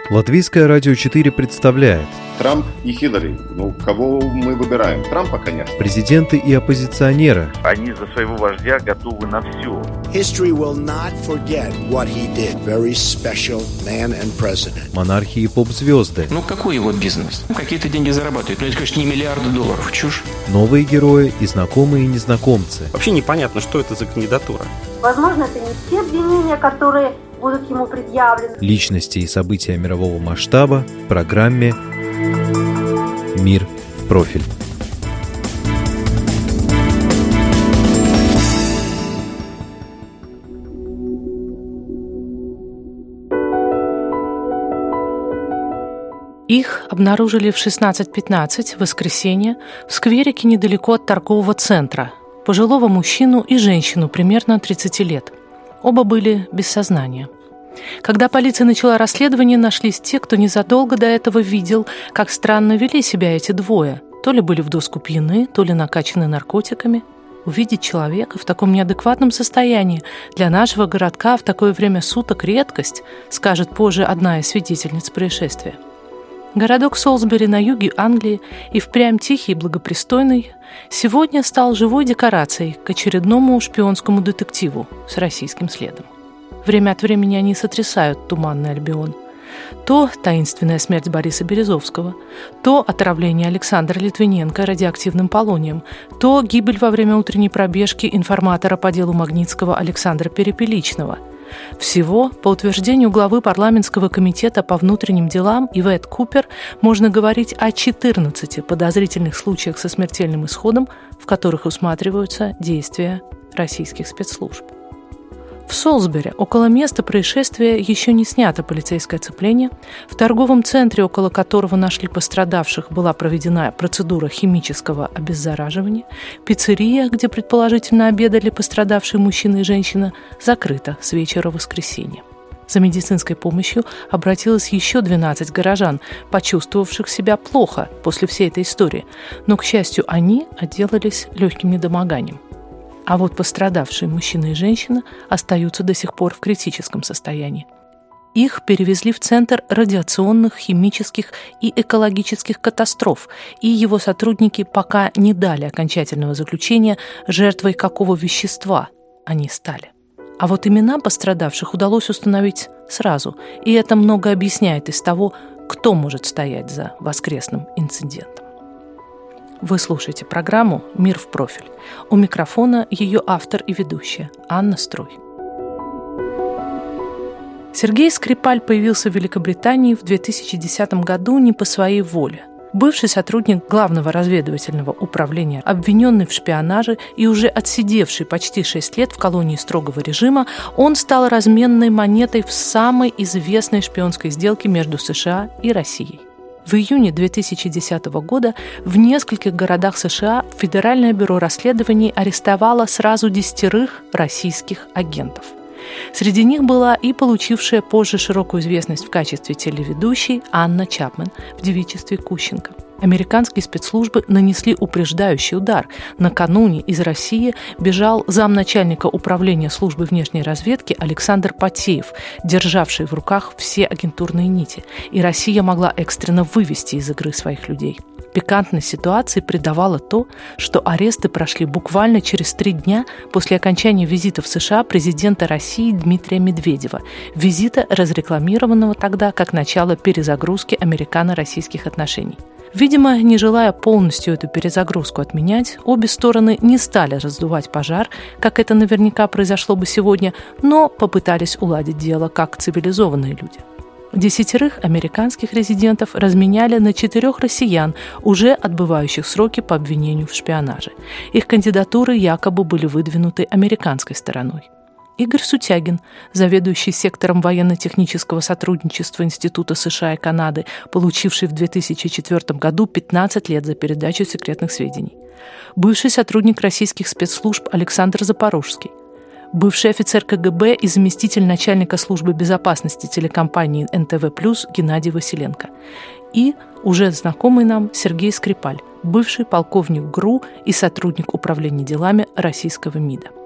Латвийское радио 4 представляет Трамп и Хиллари. Кого мы выбираем? Трампа, конечно. Президенты и оппозиционеры. Они за своего вождя готовы на все. History will not forget what he did. Very special man and president. Монархи и поп-звезды. Какой его бизнес? Какие-то деньги зарабатывает. Это, конечно, не миллиарды долларов. Чушь. Новые герои и знакомые незнакомцы. Вообще непонятно, что это за кандидатура. Возможно, это не те обвинения, которые будут ему предъявлены. Личности и события мирового масштаба в программе «Мир в профиль». Их обнаружили в 16:15 в воскресенье в скверике недалеко от торгового центра. Пожилого мужчину и женщину примерно 30 лет. Оба были без сознания. Когда полиция начала расследование, нашлись те, кто незадолго до этого видел, как странно вели себя эти двое. То ли были в доску пьяны, то ли накачаны наркотиками. Увидеть человека в таком неадекватном состоянии для нашего городка в такое время суток редкость, скажет позже одна из свидетельниц происшествия. Городок Солсбери на юге Англии и впрямь тихий и благопристойный сегодня стал живой декорацией к очередному шпионскому детективу с российским следом. Время от времени они сотрясают туманный Альбион. То таинственная смерть Бориса Березовского, то отравление Александра Литвиненко радиоактивным полонием, то гибель во время утренней пробежки информатора по делу Магнитского Александра Перепеличного. Всего, по утверждению главы парламентского комитета по внутренним делам Ивет Купер, можно говорить о 14 подозрительных случаях со смертельным исходом, в которых усматриваются действия российских спецслужб. В Солсбери, около места происшествия, еще не снято полицейское оцепление. В торговом центре, около которого нашли пострадавших, была проведена процедура химического обеззараживания. Пиццерия, где предположительно обедали пострадавшие мужчина и женщина, закрыта с вечера воскресенья. За медицинской помощью обратилось еще 12 горожан, почувствовавших себя плохо после всей этой истории, но, к счастью, они отделались легким недомоганием. А вот пострадавшие мужчина и женщина остаются до сих пор в критическом состоянии. Их перевезли в Центр радиационных, химических и экологических катастроф, и его сотрудники пока не дали окончательного заключения, жертвой какого вещества они стали. А вот имена пострадавших удалось установить сразу, и это много объясняет из того, кто может стоять за воскресным инцидентом. Вы слушаете программу «Мир в профиль». У микрофона ее автор и ведущая Анна Струй. Сергей Скрипаль появился в Великобритании в 2010 году не по своей воле. Бывший сотрудник Главного разведывательного управления, обвиненный в шпионаже и уже отсидевший почти 6 лет в колонии строгого режима, он стал разменной монетой в самой известной шпионской сделке между США и Россией. В июне 2010 года в нескольких городах США Федеральное бюро расследований арестовало сразу 10 российских агентов. Среди них была и получившая позже широкую известность в качестве телеведущей Анна Чапман в девичестве Кущенко. Американские спецслужбы нанесли упреждающий удар. Накануне из России бежал замначальника управления службы внешней разведки Александр Потеев, державший в руках все агентурные нити, и Россия могла экстренно вывести из игры своих людей. Пикантность ситуации придавало то, что аресты прошли буквально через 3 дня после окончания визита в США президента России Дмитрия Медведева, визита, разрекламированного тогда как начало перезагрузки американо-российских отношений. Видимо, не желая полностью эту перезагрузку отменять, обе стороны не стали раздувать пожар, как это наверняка произошло бы сегодня, но попытались уладить дело как цивилизованные люди. 10 американских резидентов разменяли на 4 россиян, уже отбывающих сроки по обвинению в шпионаже. Их кандидатуры якобы были выдвинуты американской стороной. Игорь Сутягин, заведующий сектором военно-технического сотрудничества Института США и Канады, получивший в 2004 году 15 лет за передачу секретных сведений. Бывший сотрудник российских спецслужб Александр Запорожский. Бывший офицер КГБ и заместитель начальника службы безопасности телекомпании НТВ+, Геннадий Василенко. И уже знакомый нам Сергей Скрипаль, бывший полковник ГРУ и сотрудник управления делами российского МИДа.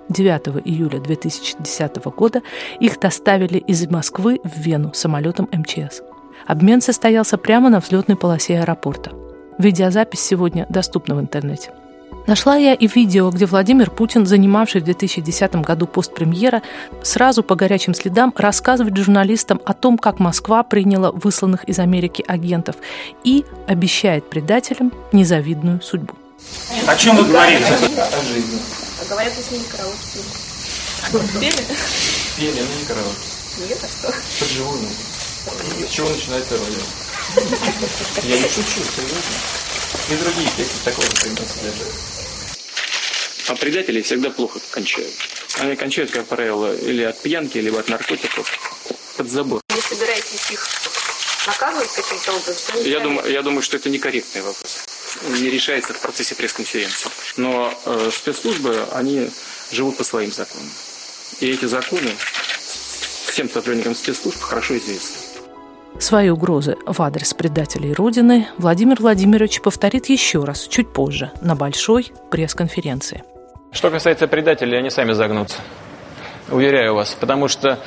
9 июля 2010 года их доставили из Москвы в Вену самолетом МЧС. Обмен состоялся прямо на взлетной полосе аэропорта. Видеозапись сегодня доступна в интернете. Нашла я и видео, где Владимир Путин, занимавший в 2010 году пост премьера, сразу по горячим следам рассказывает журналистам о том, как Москва приняла высланных из Америки агентов и обещает предателям незавидную судьбу. О чем вы говорите? О жизни. А говорят, вы с ними караоке пели? Пели, но не караоке. Нет, а что? Под живую музыку. С чего начинается радио? Я не шучу, серьезно. И другие песни такого же примерно содержат. А предатели всегда плохо кончают. Они кончают, как правило, или от пьянки, либо от наркотиков под забор. Вы собираетесь их наказывать каким-то образом? Я думаю, что это некорректный вопрос. Не решается в процессе пресс-конференции. Но спецслужбы, они живут по своим законам. И эти законы всем сотрудникам спецслужб хорошо известны. Свои угрозы в адрес предателей Родины Владимир Владимирович повторит еще раз, чуть позже, на большой пресс-конференции. Что касается предателей, они сами загнутся. Уверяю вас. Потому что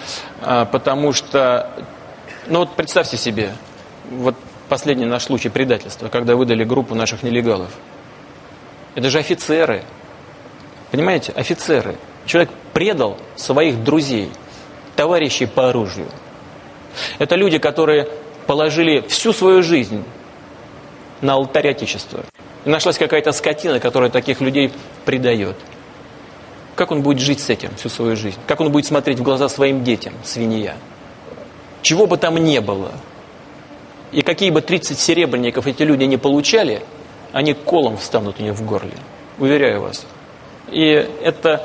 ну вот представьте себе, вот последний наш случай предательства, когда выдали группу наших нелегалов. Это же офицеры. Понимаете, офицеры. Человек предал своих друзей, товарищей по оружию. Это люди, которые положили всю свою жизнь на алтарь Отечества. И нашлась какая-то скотина, которая таких людей предает. Как он будет жить с этим всю свою жизнь? Как он будет смотреть в глаза своим детям, свинья? Чего бы там ни было, и какие бы 30 серебряников эти люди не получали, они колом встанут у них в горле. Уверяю вас. И это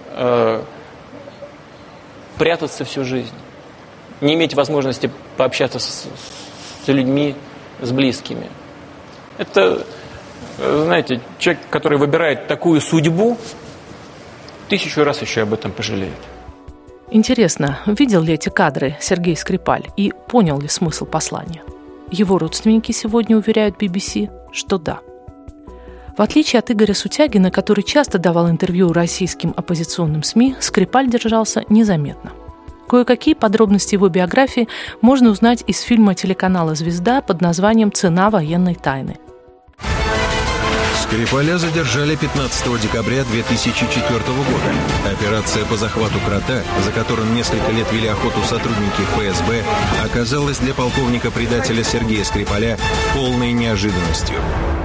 прятаться всю жизнь. Не иметь возможности пообщаться с людьми, с близкими. Это, знаете, человек, который выбирает такую судьбу, 1000 раз еще об этом пожалеет. Интересно, видел ли эти кадры Сергей Скрипаль и понял ли смысл послания? Его родственники сегодня уверяют BBC, что да. В отличие от Игоря Сутягина, который часто давал интервью российским оппозиционным СМИ, Скрипаль держался незаметно. Кое-какие подробности его биографии можно узнать из фильма телеканала «Звезда» под названием «Цена военной тайны». Скрипаля задержали 15 декабря 2004 года. Операция по захвату «Крота», за которым несколько лет вели охоту сотрудники ФСБ, оказалась для полковника-предателя Сергея Скрипаля полной неожиданностью.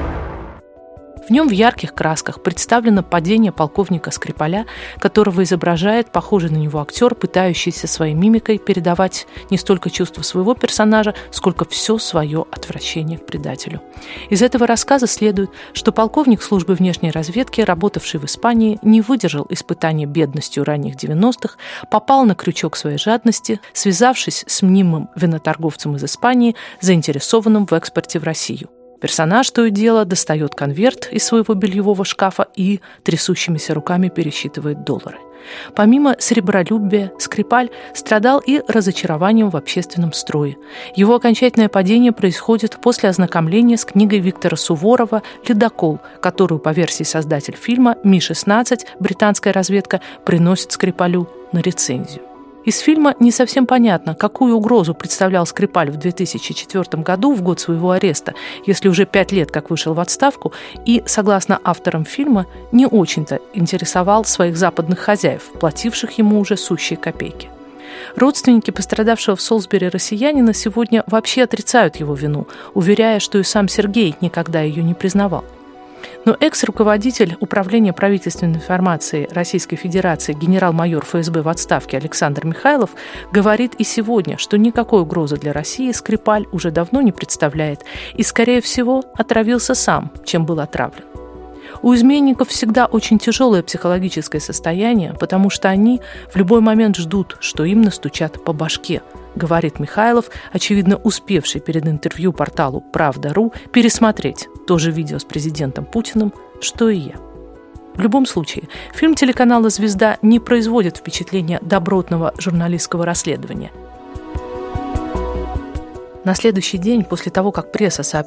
В нем в ярких красках представлено падение полковника Скрипаля, которого изображает похожий на него актер, пытающийся своей мимикой передавать не столько чувства своего персонажа, сколько все свое отвращение к предателю. Из этого рассказа следует, что полковник службы внешней разведки, работавший в Испании, не выдержал испытания бедностью ранних 90-х, попал на крючок своей жадности, связавшись с мнимым виноторговцем из Испании, заинтересованным в экспорте в Россию. Персонаж то и дело достает конверт из своего бельевого шкафа и трясущимися руками пересчитывает доллары. Помимо серебролюбия, Скрипаль страдал и разочарованием в общественном строе. Его окончательное падение происходит после ознакомления с книгой Виктора Суворова «Ледокол», которую, по версии создателя фильма, Ми-16, британская разведка, приносит Скрипалю на рецензию. Из фильма не совсем понятно, какую угрозу представлял Скрипаль в 2004 году, в год своего ареста, если уже 5 лет как вышел в отставку, и, согласно авторам фильма, не очень-то интересовал своих западных хозяев, плативших ему уже сущие копейки. Родственники пострадавшего в Солсбери россиянина сегодня вообще отрицают его вину, уверяя, что и сам Сергей никогда ее не признавал. Но экс-руководитель Управления правительственной информации Российской Федерации генерал-майор ФСБ в отставке Александр Михайлов говорит и сегодня, что никакой угрозы для России Скрипаль уже давно не представляет и, скорее всего, отравился сам, чем был отравлен. У изменников всегда очень тяжелое психологическое состояние, потому что они в любой момент ждут, что им настучат по башке, говорит Михайлов, очевидно успевший перед интервью порталу «Правда.ру» пересмотреть то же видео с президентом Путиным, что и я. В любом случае, фильм телеканала «Звезда» не производит впечатления добротного журналистского расследования. На следующий день, после того, как пресса сообщила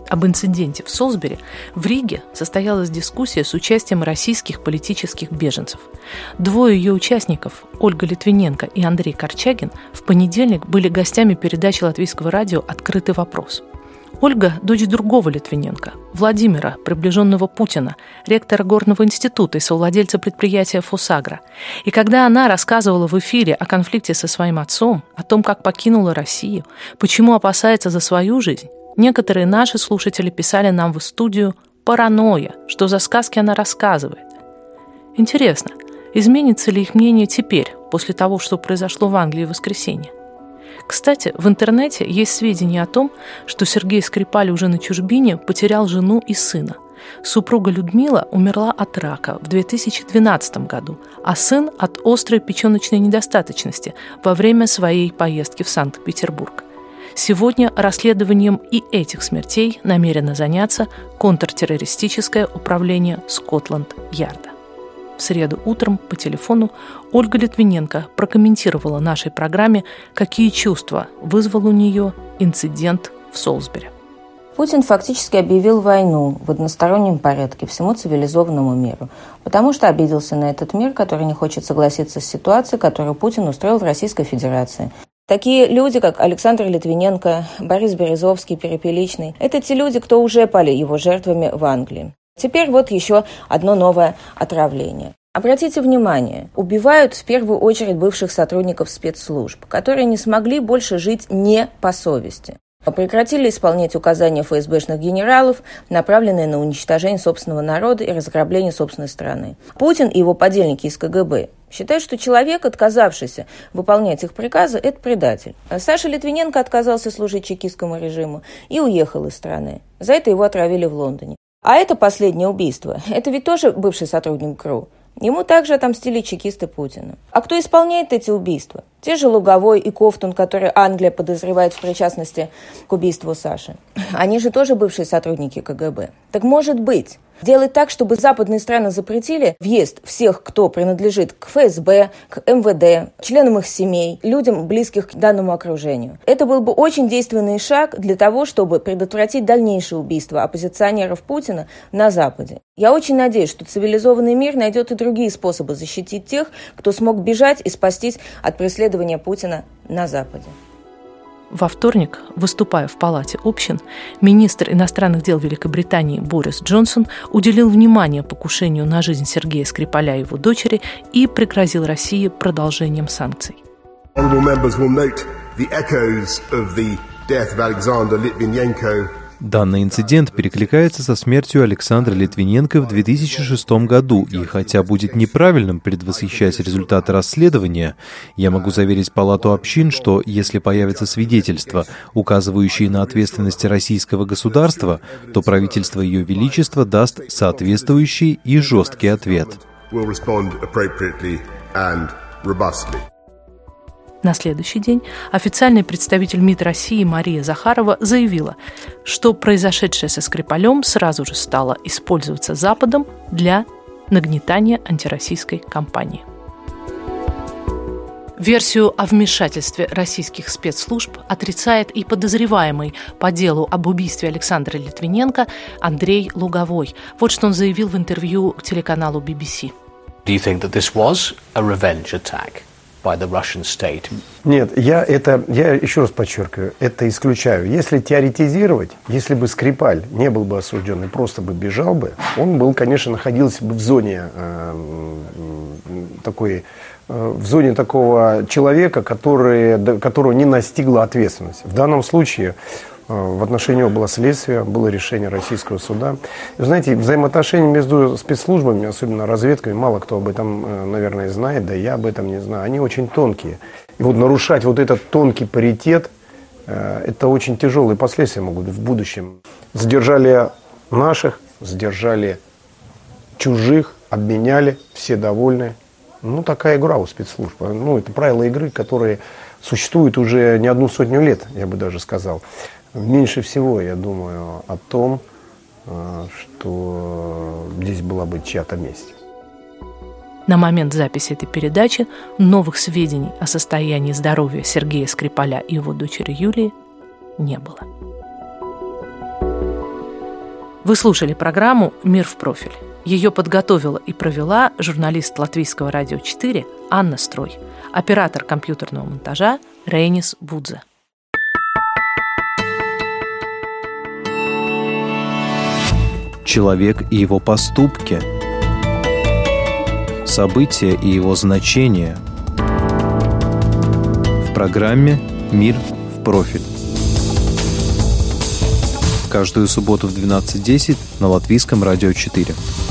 об инциденте в Солсбери, в Риге состоялась дискуссия с участием российских политических беженцев. Двое ее участников, Ольга Литвиненко и Андрей Корчагин, в понедельник были гостями передачи Латвийского радио «Открытый вопрос». Ольга – дочь другого Литвиненко, Владимира, приближенного Путина, ректора Горного института и совладельца предприятия «Фосагро». И когда она рассказывала в эфире о конфликте со своим отцом, о том, как покинула Россию, почему опасается за свою жизнь, некоторые наши слушатели писали нам в студию «Паранойя», что за сказки она рассказывает. Интересно, изменится ли их мнение теперь, после того, что произошло в Англии в воскресенье? Кстати, в интернете есть сведения о том, что Сергей Скрипаль уже на чужбине потерял жену и сына. Супруга Людмила умерла от рака в 2012 году, а сын от острой печеночной недостаточности во время своей поездки в Санкт-Петербург. Сегодня расследованием и этих смертей намерено заняться контртеррористическое управление Скотланд-Ярда. В среду утром по телефону Ольга Литвиненко прокомментировала нашей программе, какие чувства вызвал у нее инцидент в Солсбери. Путин фактически объявил войну в одностороннем порядке всему цивилизованному миру, потому что обиделся на этот мир, который не хочет согласиться с ситуацией, которую Путин устроил в Российской Федерации. Такие люди, как Александр Литвиненко, Борис Березовский, Перепеличный, это те люди, кто уже пали его жертвами в Англии. Теперь вот еще одно новое отравление. Обратите внимание, убивают в первую очередь бывших сотрудников спецслужб, которые не смогли больше жить не по совести. Прекратили исполнять указания ФСБшных генералов, направленные на уничтожение собственного народа и разграбление собственной страны. Путин и его подельники из КГБ считают, что человек, отказавшийся выполнять их приказы, это предатель. Саша Литвиненко отказался служить чекистскому режиму и уехал из страны. За это его отравили в Лондоне. А это последнее убийство. Это ведь тоже бывший сотрудник ГРУ. Ему также отомстили чекисты Путина. А кто исполняет эти убийства? Те же Луговой и Ковтун, которые Англия подозревает в причастности к убийству Саши. Они же тоже бывшие сотрудники КГБ. Так может быть, делать так, чтобы западные страны запретили въезд всех, кто принадлежит к ФСБ, к МВД, членам их семей, людям, близких к данному окружению. Это был бы очень действенный шаг для того, чтобы предотвратить дальнейшее убийство оппозиционеров Путина на Западе. Я очень надеюсь, что цивилизованный мир найдет и другие способы защитить тех, кто смог бежать и спастись от преследования Путина на Западе. Во вторник, выступая в Палате общин, министр иностранных дел Великобритании Борис Джонсон уделил внимание покушению на жизнь Сергея Скрипаля и его дочери и пригрозил России продолжением санкций. Данный инцидент перекликается со смертью Александра Литвиненко в 2006 году, и хотя будет неправильным предвосхищать результаты расследования, я могу заверить Палату общин, что если появятся свидетельства, указывающие на ответственность российского государства, то правительство Ее Величества даст соответствующий и жесткий ответ. На следующий день официальный представитель МИД России Мария Захарова заявила, что произошедшее со Скрипалем сразу же стало использоваться Западом для нагнетания антироссийской кампании. Версию о вмешательстве российских спецслужб отрицает и подозреваемый по делу об убийстве Александра Литвиненко Андрей Луговой. Вот что он заявил в интервью телеканалу BBC. Do you think that this was a revenge attack by the Russian state? Нет, я еще раз подчеркиваю, это исключаю. Если теоретизировать, если бы Скрипаль не был бы осужден и просто бы бежал бы, он был, конечно, находился бы в зоне такого человека, которого не настигла ответственность. В данном случае в отношении его было следствие, было решение российского суда. И, знаете, взаимоотношения между спецслужбами, особенно разведками, мало кто об этом, наверное, знает, да я об этом не знаю, они очень тонкие. И вот нарушать вот этот тонкий паритет, это очень тяжелые последствия могут быть в будущем. Задержали наших, задержали чужих, обменяли, все довольны. Ну, такая игра у спецслужб. Ну, это правила игры, которые существуют уже не одну сотню лет, я бы даже сказал. Меньше всего я думаю о том, что здесь была бы чья-то месть. На момент записи этой передачи новых сведений о состоянии здоровья Сергея Скрипаля и его дочери Юлии не было. Вы слушали программу «Мир в профиль». Ее подготовила и провела журналист Латвийского радио 4 Анна Строй, оператор компьютерного монтажа Рейнис Будзе. Человек и его поступки, события и его значения. В программе «Мир в профиль». Каждую субботу в 12:10 на Латвийском радио 4.